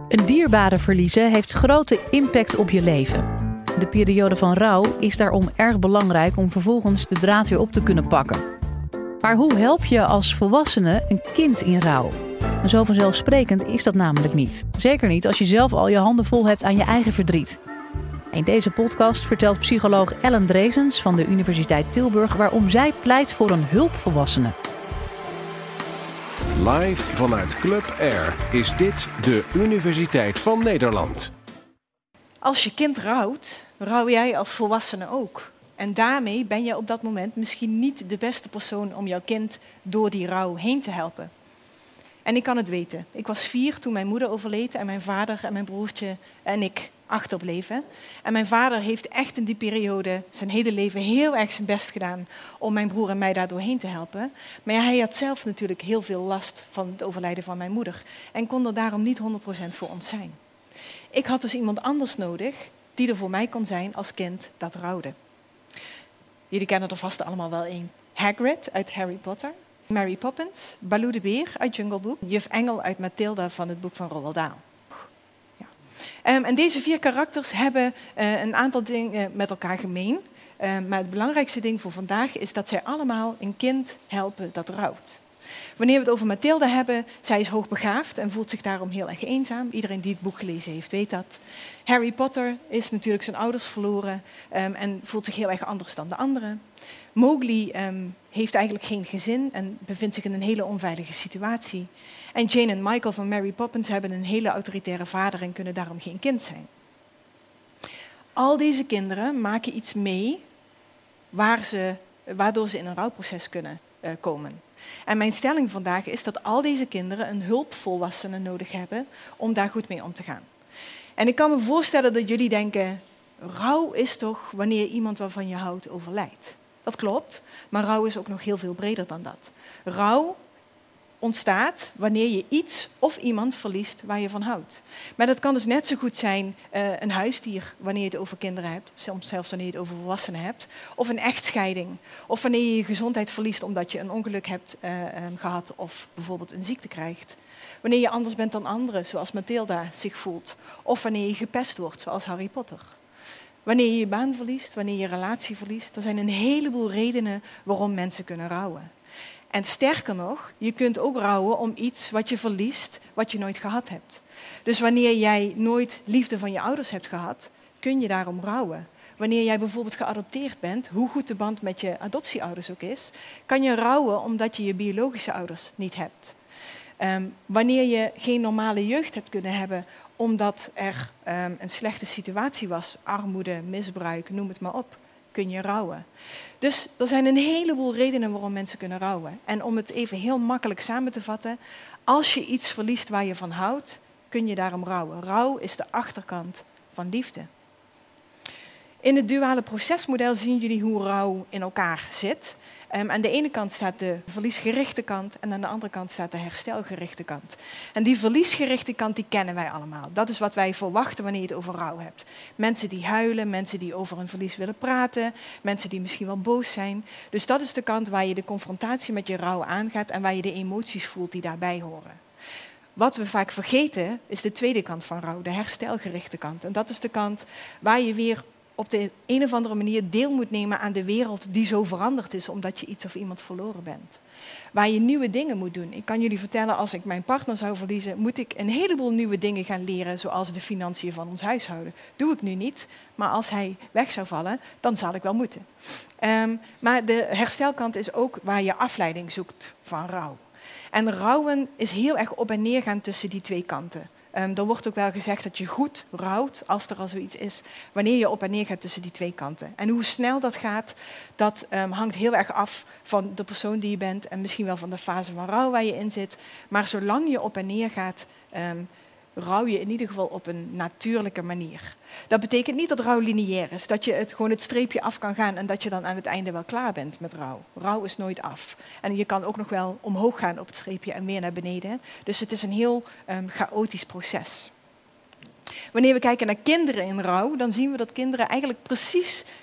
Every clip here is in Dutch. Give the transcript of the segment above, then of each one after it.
Een dierbare verliezen heeft grote impact op je leven. De periode van rouw is daarom erg belangrijk om vervolgens de draad weer op te kunnen pakken. Maar hoe help je als volwassene een kind in rouw? En zo vanzelfsprekend is dat namelijk niet. Zeker niet als je zelf al je handen vol hebt aan je eigen verdriet. In deze podcast vertelt psycholoog Ellen Drezens van de Universiteit Tilburg waarom zij pleit voor een hulpvolwassene. Live vanuit Club Air is dit de Universiteit van Nederland. Als je kind rouwt, rouw jij als volwassene ook. En daarmee ben je op dat moment misschien niet de beste persoon om jouw kind door die rouw heen te helpen. En ik kan het weten. Ik was 4 toen mijn moeder overleed en mijn vader en mijn broertje en ik achterbleven. En mijn vader heeft echt in die periode zijn hele leven heel erg zijn best gedaan om mijn broer en mij daar doorheen te helpen. Maar hij had zelf natuurlijk heel veel last van het overlijden van mijn moeder en kon er daarom niet 100% voor ons zijn. Ik had dus iemand anders nodig die er voor mij kon zijn als kind dat rouwde. Jullie kennen er vast allemaal wel één. Hagrid uit Harry Potter, Mary Poppins, Baloo de Beer uit Jungle Book, juf Engel uit Mathilda van het boek van Roald Dahl. Ja. En deze 4 karakters hebben een aantal dingen met elkaar gemeen. Maar het belangrijkste ding voor vandaag is dat zij allemaal een kind helpen dat rouwt. Wanneer we het over Mathilda hebben, zij is hoogbegaafd en voelt zich daarom heel erg eenzaam. Iedereen die het boek gelezen heeft, weet dat. Harry Potter is natuurlijk zijn ouders verloren en voelt zich heel erg anders dan de anderen. Mowgli heeft eigenlijk geen gezin en bevindt zich in een hele onveilige situatie. En Jane en Michael van Mary Poppins hebben een hele autoritaire vader en kunnen daarom geen kind zijn. Al deze kinderen maken iets mee waardoor ze in een rouwproces kunnen komen. En mijn stelling vandaag is dat al deze kinderen een hulpvolwassene nodig hebben om daar goed mee om te gaan. En ik kan me voorstellen dat jullie denken, rouw is toch wanneer iemand waarvan je houdt overlijdt. Dat klopt, maar rouw is ook nog heel veel breder dan dat. Rouw ontstaat wanneer je iets of iemand verliest waar je van houdt. Maar dat kan dus net zo goed zijn een huisdier wanneer je het over kinderen hebt, soms zelfs wanneer je het over volwassenen hebt, of een echtscheiding, of wanneer je je gezondheid verliest omdat je een ongeluk hebt gehad of bijvoorbeeld een ziekte krijgt. Wanneer je anders bent dan anderen, zoals Mathilda zich voelt, of wanneer je gepest wordt, zoals Harry Potter. Wanneer je je baan verliest, wanneer je je relatie verliest, er zijn een heleboel redenen waarom mensen kunnen rouwen. En sterker nog, je kunt ook rouwen om iets wat je verliest, wat je nooit gehad hebt. Dus wanneer jij nooit liefde van je ouders hebt gehad, kun je daarom rouwen. Wanneer jij bijvoorbeeld geadopteerd bent, hoe goed de band met je adoptieouders ook is, kan je rouwen omdat je je biologische ouders niet hebt. Wanneer je geen normale jeugd hebt kunnen hebben omdat er een slechte situatie was, armoede, misbruik, noem het maar op, kun je rouwen. Dus er zijn een heleboel redenen waarom mensen kunnen rouwen. En om het even heel makkelijk samen te vatten, als je iets verliest waar je van houdt, kun je daarom rouwen. Rouw is de achterkant van liefde. In het duale procesmodel zien jullie hoe rouw in elkaar zit. Aan de ene kant staat de verliesgerichte kant en aan de andere kant staat de herstelgerichte kant. En die verliesgerichte kant die kennen wij allemaal. Dat is wat wij verwachten wanneer je het over rouw hebt. Mensen die huilen, mensen die over hun verlies willen praten, mensen die misschien wel boos zijn. Dus dat is de kant waar je de confrontatie met je rouw aangaat en waar je de emoties voelt die daarbij horen. Wat we vaak vergeten is de tweede kant van rouw, de herstelgerichte kant. En dat is de kant waar je weer op de een of andere manier deel moet nemen aan de wereld die zo veranderd is omdat je iets of iemand verloren bent. Waar je nieuwe dingen moet doen. Ik kan jullie vertellen, als ik mijn partner zou verliezen, moet ik een heleboel nieuwe dingen gaan leren, zoals de financiën van ons huishouden. Doe ik nu niet, maar als hij weg zou vallen, dan zal ik wel moeten. Maar de herstelkant is ook waar je afleiding zoekt van rouw. En rouwen is heel erg op en neer gaan tussen die twee kanten. Er wordt ook wel gezegd dat je goed rouwt, als er al zoiets is, wanneer je op en neer gaat tussen die twee kanten. En hoe snel dat gaat, dat hangt heel erg af van de persoon die je bent en misschien wel van de fase van rouw waar je in zit. Maar zolang je op en neer gaat, rouw je in ieder geval op een natuurlijke manier. Dat betekent niet dat rouw lineair is, dat je gewoon het streepje af kan gaan en dat je dan aan het einde wel klaar bent met rouw. Rouw is nooit af. En je kan ook nog wel omhoog gaan op het streepje en weer naar beneden. Dus het is een heel chaotisch proces. Wanneer we kijken naar kinderen in rouw, dan zien we dat kinderen eigenlijk precies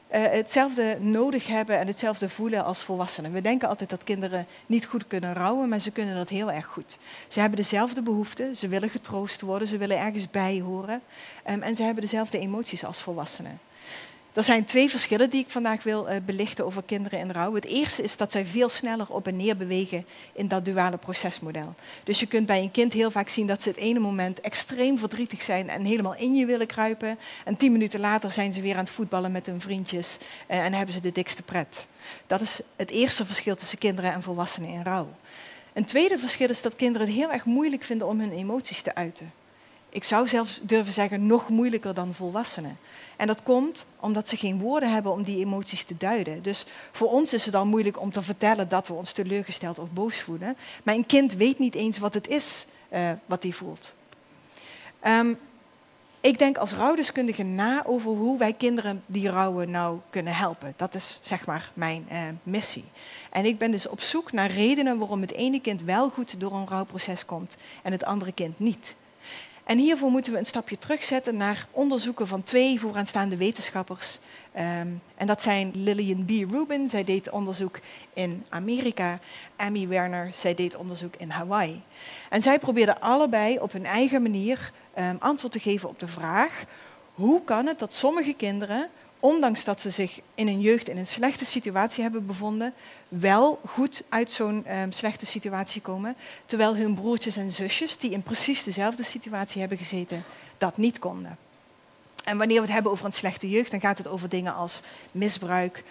hetzelfde nodig hebben en hetzelfde voelen als volwassenen. We denken altijd dat kinderen niet goed kunnen rouwen, maar ze kunnen dat heel erg goed. Ze hebben dezelfde behoeften, ze willen getroost worden, ze willen ergens bij horen. En ze hebben dezelfde emoties als volwassenen. Er zijn 2 verschillen die ik vandaag wil belichten over kinderen in rouw. Het eerste is dat zij veel sneller op en neer bewegen in dat duale procesmodel. Dus je kunt bij een kind heel vaak zien dat ze het ene moment extreem verdrietig zijn en helemaal in je willen kruipen. En 10 minuten later zijn ze weer aan het voetballen met hun vriendjes en hebben ze de dikste pret. Dat is het eerste verschil tussen kinderen en volwassenen in rouw. Een tweede verschil is dat kinderen het heel erg moeilijk vinden om hun emoties te uiten. Ik zou zelfs durven zeggen nog moeilijker dan volwassenen. En dat komt omdat ze geen woorden hebben om die emoties te duiden. Dus voor ons is het al moeilijk om te vertellen dat we ons teleurgesteld of boos voelen. Maar een kind weet niet eens wat het is wat hij voelt. Ik denk als rouwdeskundige na over hoe wij kinderen die rouwen nou kunnen helpen. Dat is zeg maar mijn missie. En ik ben dus op zoek naar redenen waarom het ene kind wel goed door een rouwproces komt en het andere kind niet. En hiervoor moeten we een stapje terugzetten naar onderzoeken van 2 vooraanstaande wetenschappers. En dat zijn Lillian B. Rubin, zij deed onderzoek in Amerika. Amy Werner, zij deed onderzoek in Hawaii. En zij probeerden allebei op hun eigen manier antwoord te geven op de vraag: hoe kan het dat sommige kinderen, ondanks dat ze zich in hun jeugd in een slechte situatie hebben bevonden, wel goed uit zo'n slechte situatie komen, terwijl hun broertjes en zusjes, die in precies dezelfde situatie hebben gezeten, dat niet konden. En wanneer we het hebben over een slechte jeugd, dan gaat het over dingen als misbruik,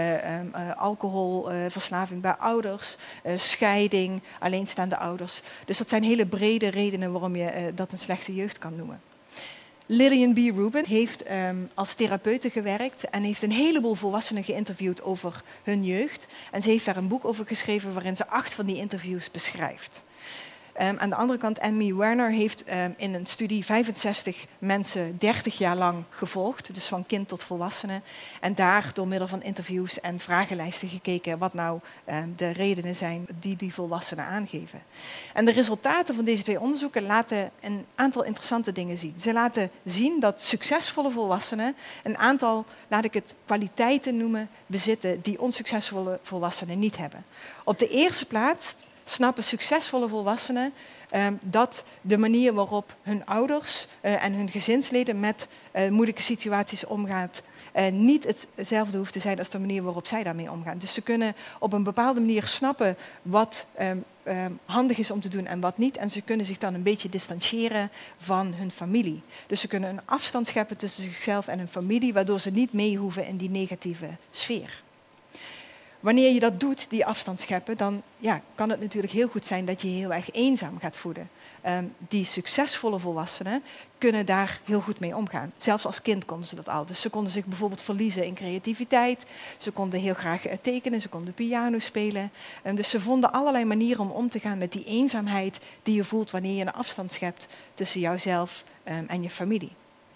alcoholverslaving bij ouders, scheiding, alleenstaande ouders. Dus dat zijn hele brede redenen waarom je dat een slechte jeugd kan noemen. Lillian B. Rubin heeft als therapeute gewerkt en heeft een heleboel volwassenen geïnterviewd over hun jeugd. En ze heeft daar een boek over geschreven waarin ze 8 van die interviews beschrijft. Aan de andere kant, Amy Werner heeft in een studie 65 mensen 30 jaar lang gevolgd, dus van kind tot volwassene. En daar door middel van interviews en vragenlijsten gekeken wat nou de redenen zijn die die volwassenen aangeven. En de resultaten van deze 2 onderzoeken laten een aantal interessante dingen zien. Ze laten zien dat succesvolle volwassenen een aantal, laat ik het kwaliteiten noemen, bezitten die onsuccesvolle volwassenen niet hebben. Op de eerste plaats snappen succesvolle volwassenen dat de manier waarop hun ouders en hun gezinsleden met moeilijke situaties omgaat niet hetzelfde hoeft te zijn als de manier waarop zij daarmee omgaan. Dus ze kunnen op een bepaalde manier snappen wat handig is om te doen en wat niet. En ze kunnen zich dan een beetje distancieren van hun familie. Dus ze kunnen een afstand scheppen tussen zichzelf en hun familie, waardoor ze niet mee hoeven in die negatieve sfeer. Wanneer je dat doet, die afstand scheppen, dan kan het natuurlijk heel goed zijn dat je je heel erg eenzaam gaat voelen. Die succesvolle volwassenen kunnen daar heel goed mee omgaan. Zelfs als kind konden ze dat al. Dus ze konden zich bijvoorbeeld verliezen in creativiteit. Ze konden heel graag tekenen, ze konden piano spelen. Dus ze vonden allerlei manieren om te gaan met die eenzaamheid die je voelt wanneer je een afstand schept tussen jouzelf en je familie.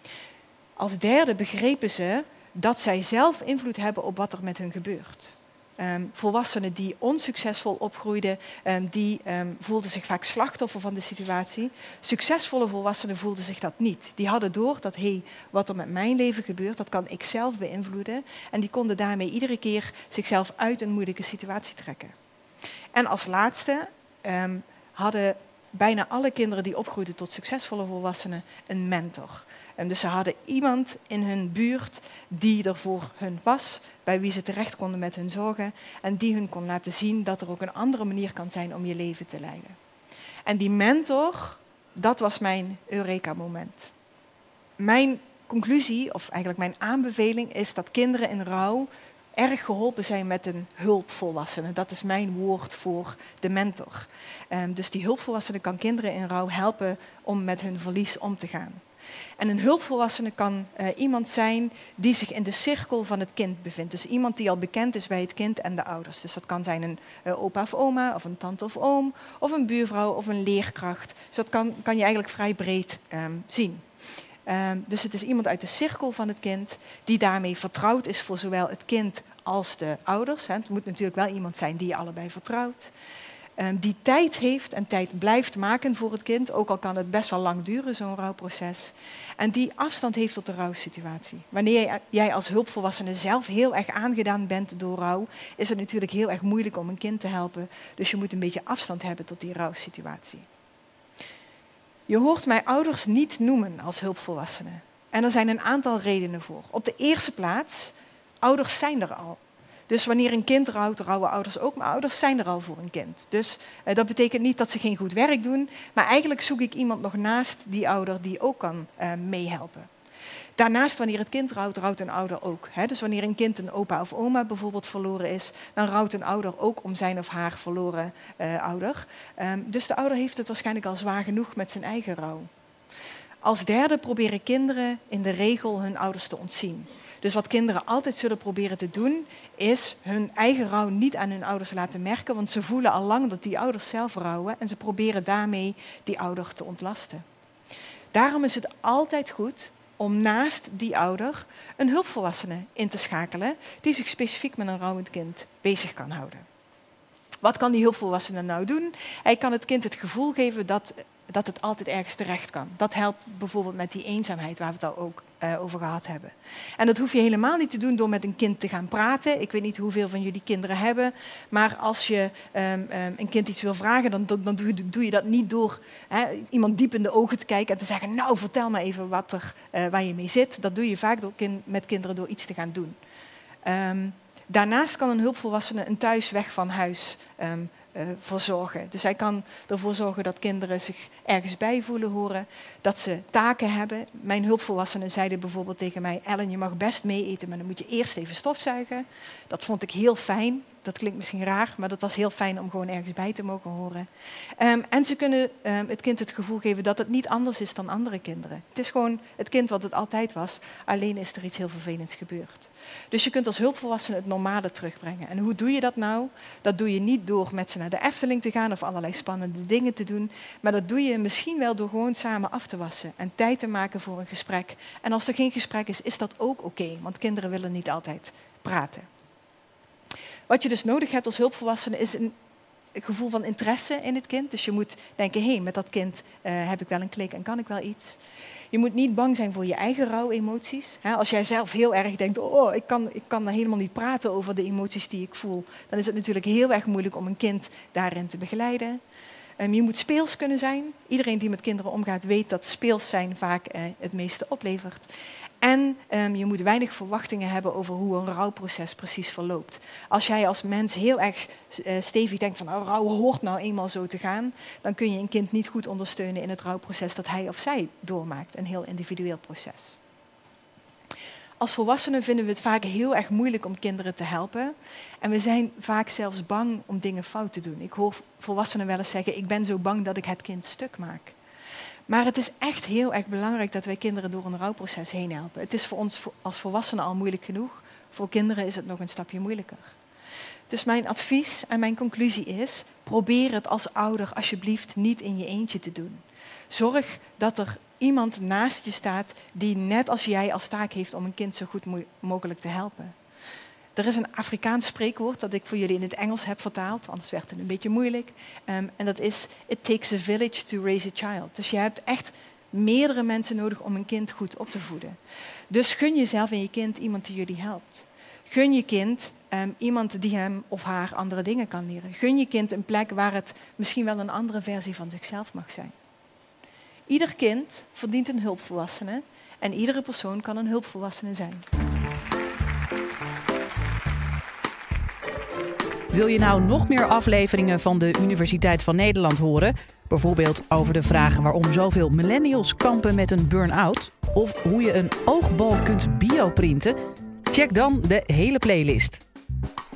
Als derde begrepen ze dat zij zelf invloed hebben op wat er met hun gebeurt. Volwassenen die onsuccesvol opgroeiden, die voelden zich vaak slachtoffer van de situatie. Succesvolle volwassenen voelden zich dat niet. Die hadden door dat wat er met mijn leven gebeurt, dat kan ik zelf beïnvloeden. En die konden daarmee iedere keer zichzelf uit een moeilijke situatie trekken. En als laatste hadden bijna alle kinderen die opgroeiden tot succesvolle volwassenen een mentor. Dus ze hadden iemand in hun buurt die er voor hun was, bij wie ze terecht konden met hun zorgen en die hun kon laten zien dat er ook een andere manier kan zijn om je leven te leiden. En die mentor, dat was mijn Eureka-moment. Mijn conclusie, of eigenlijk mijn aanbeveling, is dat kinderen in rouw erg geholpen zijn met een hulpvolwassene. Dat is mijn woord voor de mentor. Dus die hulpvolwassene kan kinderen in rouw helpen om met hun verlies om te gaan. En een hulpvolwassene kan iemand zijn die zich in de cirkel van het kind bevindt. Dus iemand die al bekend is bij het kind en de ouders. Dus dat kan zijn een opa of oma, of een tante of oom, of een buurvrouw of een leerkracht. Dus dat kan je eigenlijk vrij breed zien. Dus het is iemand uit de cirkel van het kind die daarmee vertrouwd is voor zowel het kind als de ouders. Het moet natuurlijk wel iemand zijn die je allebei vertrouwt. die tijd heeft en tijd blijft maken voor het kind, ook al kan het best wel lang duren, zo'n rouwproces, en die afstand heeft tot de rouwsituatie. Wanneer jij als hulpvolwassene zelf heel erg aangedaan bent door rouw, is het natuurlijk heel erg moeilijk om een kind te helpen, dus je moet een beetje afstand hebben tot die rouwsituatie. Je hoort mij ouders niet noemen als hulpvolwassenen. En er zijn een aantal redenen voor. Op de eerste plaats, ouders zijn er al. Dus wanneer een kind rouwt, rouwen ouders ook, maar ouders zijn er al voor een kind. Dus dat betekent niet dat ze geen goed werk doen, maar eigenlijk zoek ik iemand nog naast die ouder die ook kan meehelpen. Daarnaast, wanneer het kind rouwt, rouwt een ouder ook. Dus wanneer een kind een opa of oma bijvoorbeeld verloren is, dan rouwt een ouder ook om zijn of haar verloren ouder. Dus de ouder heeft het waarschijnlijk al zwaar genoeg met zijn eigen rouw. Als derde proberen kinderen in de regel hun ouders te ontzien. Dus wat kinderen altijd zullen proberen te doen, is hun eigen rouw niet aan hun ouders laten merken, want ze voelen al lang dat die ouders zelf rouwen en ze proberen daarmee die ouder te ontlasten. Daarom is het altijd goed om naast die ouder een hulpvolwassene in te schakelen die zich specifiek met een rouwend kind bezig kan houden. Wat kan die hulpvolwassene nou doen? Hij kan het kind het gevoel geven dat het altijd ergens terecht kan. Dat helpt bijvoorbeeld met die eenzaamheid waar we het al ook over gehad hebben. En dat hoef je helemaal niet te doen door met een kind te gaan praten. Ik weet niet hoeveel van jullie kinderen hebben, maar als je een kind iets wil vragen, dan doe je dat niet door iemand diep in de ogen te kijken en te zeggen, nou vertel maar even waar je mee zit. Dat doe je vaak met kinderen door iets te gaan doen. Daarnaast kan een hulpvolwassene een thuis weg van huis verzorgen. Dus hij kan ervoor zorgen dat kinderen zich ergens bij voelen horen, dat ze taken hebben. Mijn hulpvolwassenen zeiden bijvoorbeeld tegen mij, Ellen, je mag best mee eten, maar dan moet je eerst even stofzuigen. Dat vond ik heel fijn. Dat klinkt misschien raar, maar dat was heel fijn om gewoon ergens bij te mogen horen. En ze kunnen het kind het gevoel geven dat het niet anders is dan andere kinderen. Het is gewoon het kind wat het altijd was, alleen is er iets heel vervelends gebeurd. Dus je kunt als hulpvolwassene het normale terugbrengen. En hoe doe je dat nou? Dat doe je niet door met ze naar de Efteling te gaan of allerlei spannende dingen te doen, maar dat doe je misschien wel door gewoon samen af te wassen en tijd te maken voor een gesprek. En als er geen gesprek is, is dat ook oké, want kinderen willen niet altijd praten. Wat je dus nodig hebt als hulpvolwassene is een gevoel van interesse in het kind. Dus je moet denken, hé, met dat kind heb ik wel een klik en kan ik wel iets. Je moet niet bang zijn voor je eigen rouwemoties. Als jij zelf heel erg denkt, oh, ik kan helemaal niet praten over de emoties die ik voel, dan is het natuurlijk heel erg moeilijk om een kind daarin te begeleiden. Je moet speels kunnen zijn. Iedereen die met kinderen omgaat weet dat speels zijn vaak het meeste oplevert. En je moet weinig verwachtingen hebben over hoe een rouwproces precies verloopt. Als jij als mens heel erg stevig denkt van rouw hoort nou eenmaal zo te gaan, dan kun je een kind niet goed ondersteunen in het rouwproces dat hij of zij doormaakt. Een heel individueel proces. Als volwassenen vinden we het vaak heel erg moeilijk om kinderen te helpen. En we zijn vaak zelfs bang om dingen fout te doen. Ik hoor volwassenen wel eens zeggen, ik ben zo bang dat ik het kind stuk maak. Maar het is echt heel erg belangrijk dat wij kinderen door een rouwproces heen helpen. Het is voor ons als volwassenen al moeilijk genoeg. Voor kinderen is het nog een stapje moeilijker. Dus mijn advies en mijn conclusie is, probeer het als ouder alsjeblieft niet in je eentje te doen. Zorg dat er iemand naast je staat die net als jij als taak heeft om een kind zo goed mogelijk te helpen. Er is een Afrikaans spreekwoord dat ik voor jullie in het Engels heb vertaald, anders werd het een beetje moeilijk. En dat is, it takes a village to raise a child. Dus je hebt echt meerdere mensen nodig om een kind goed op te voeden. Dus gun jezelf en je kind iemand die jullie helpt. Gun je kind iemand die hem of haar andere dingen kan leren. Gun je kind een plek waar het misschien wel een andere versie van zichzelf mag zijn. Ieder kind verdient een hulpvolwassene en iedere persoon kan een hulpvolwassene zijn. Wil je nou nog meer afleveringen van de Universiteit van Nederland horen? Bijvoorbeeld over de vraag waarom zoveel millennials kampen met een burn-out? Of hoe je een oogbal kunt bioprinten? Check dan de hele playlist.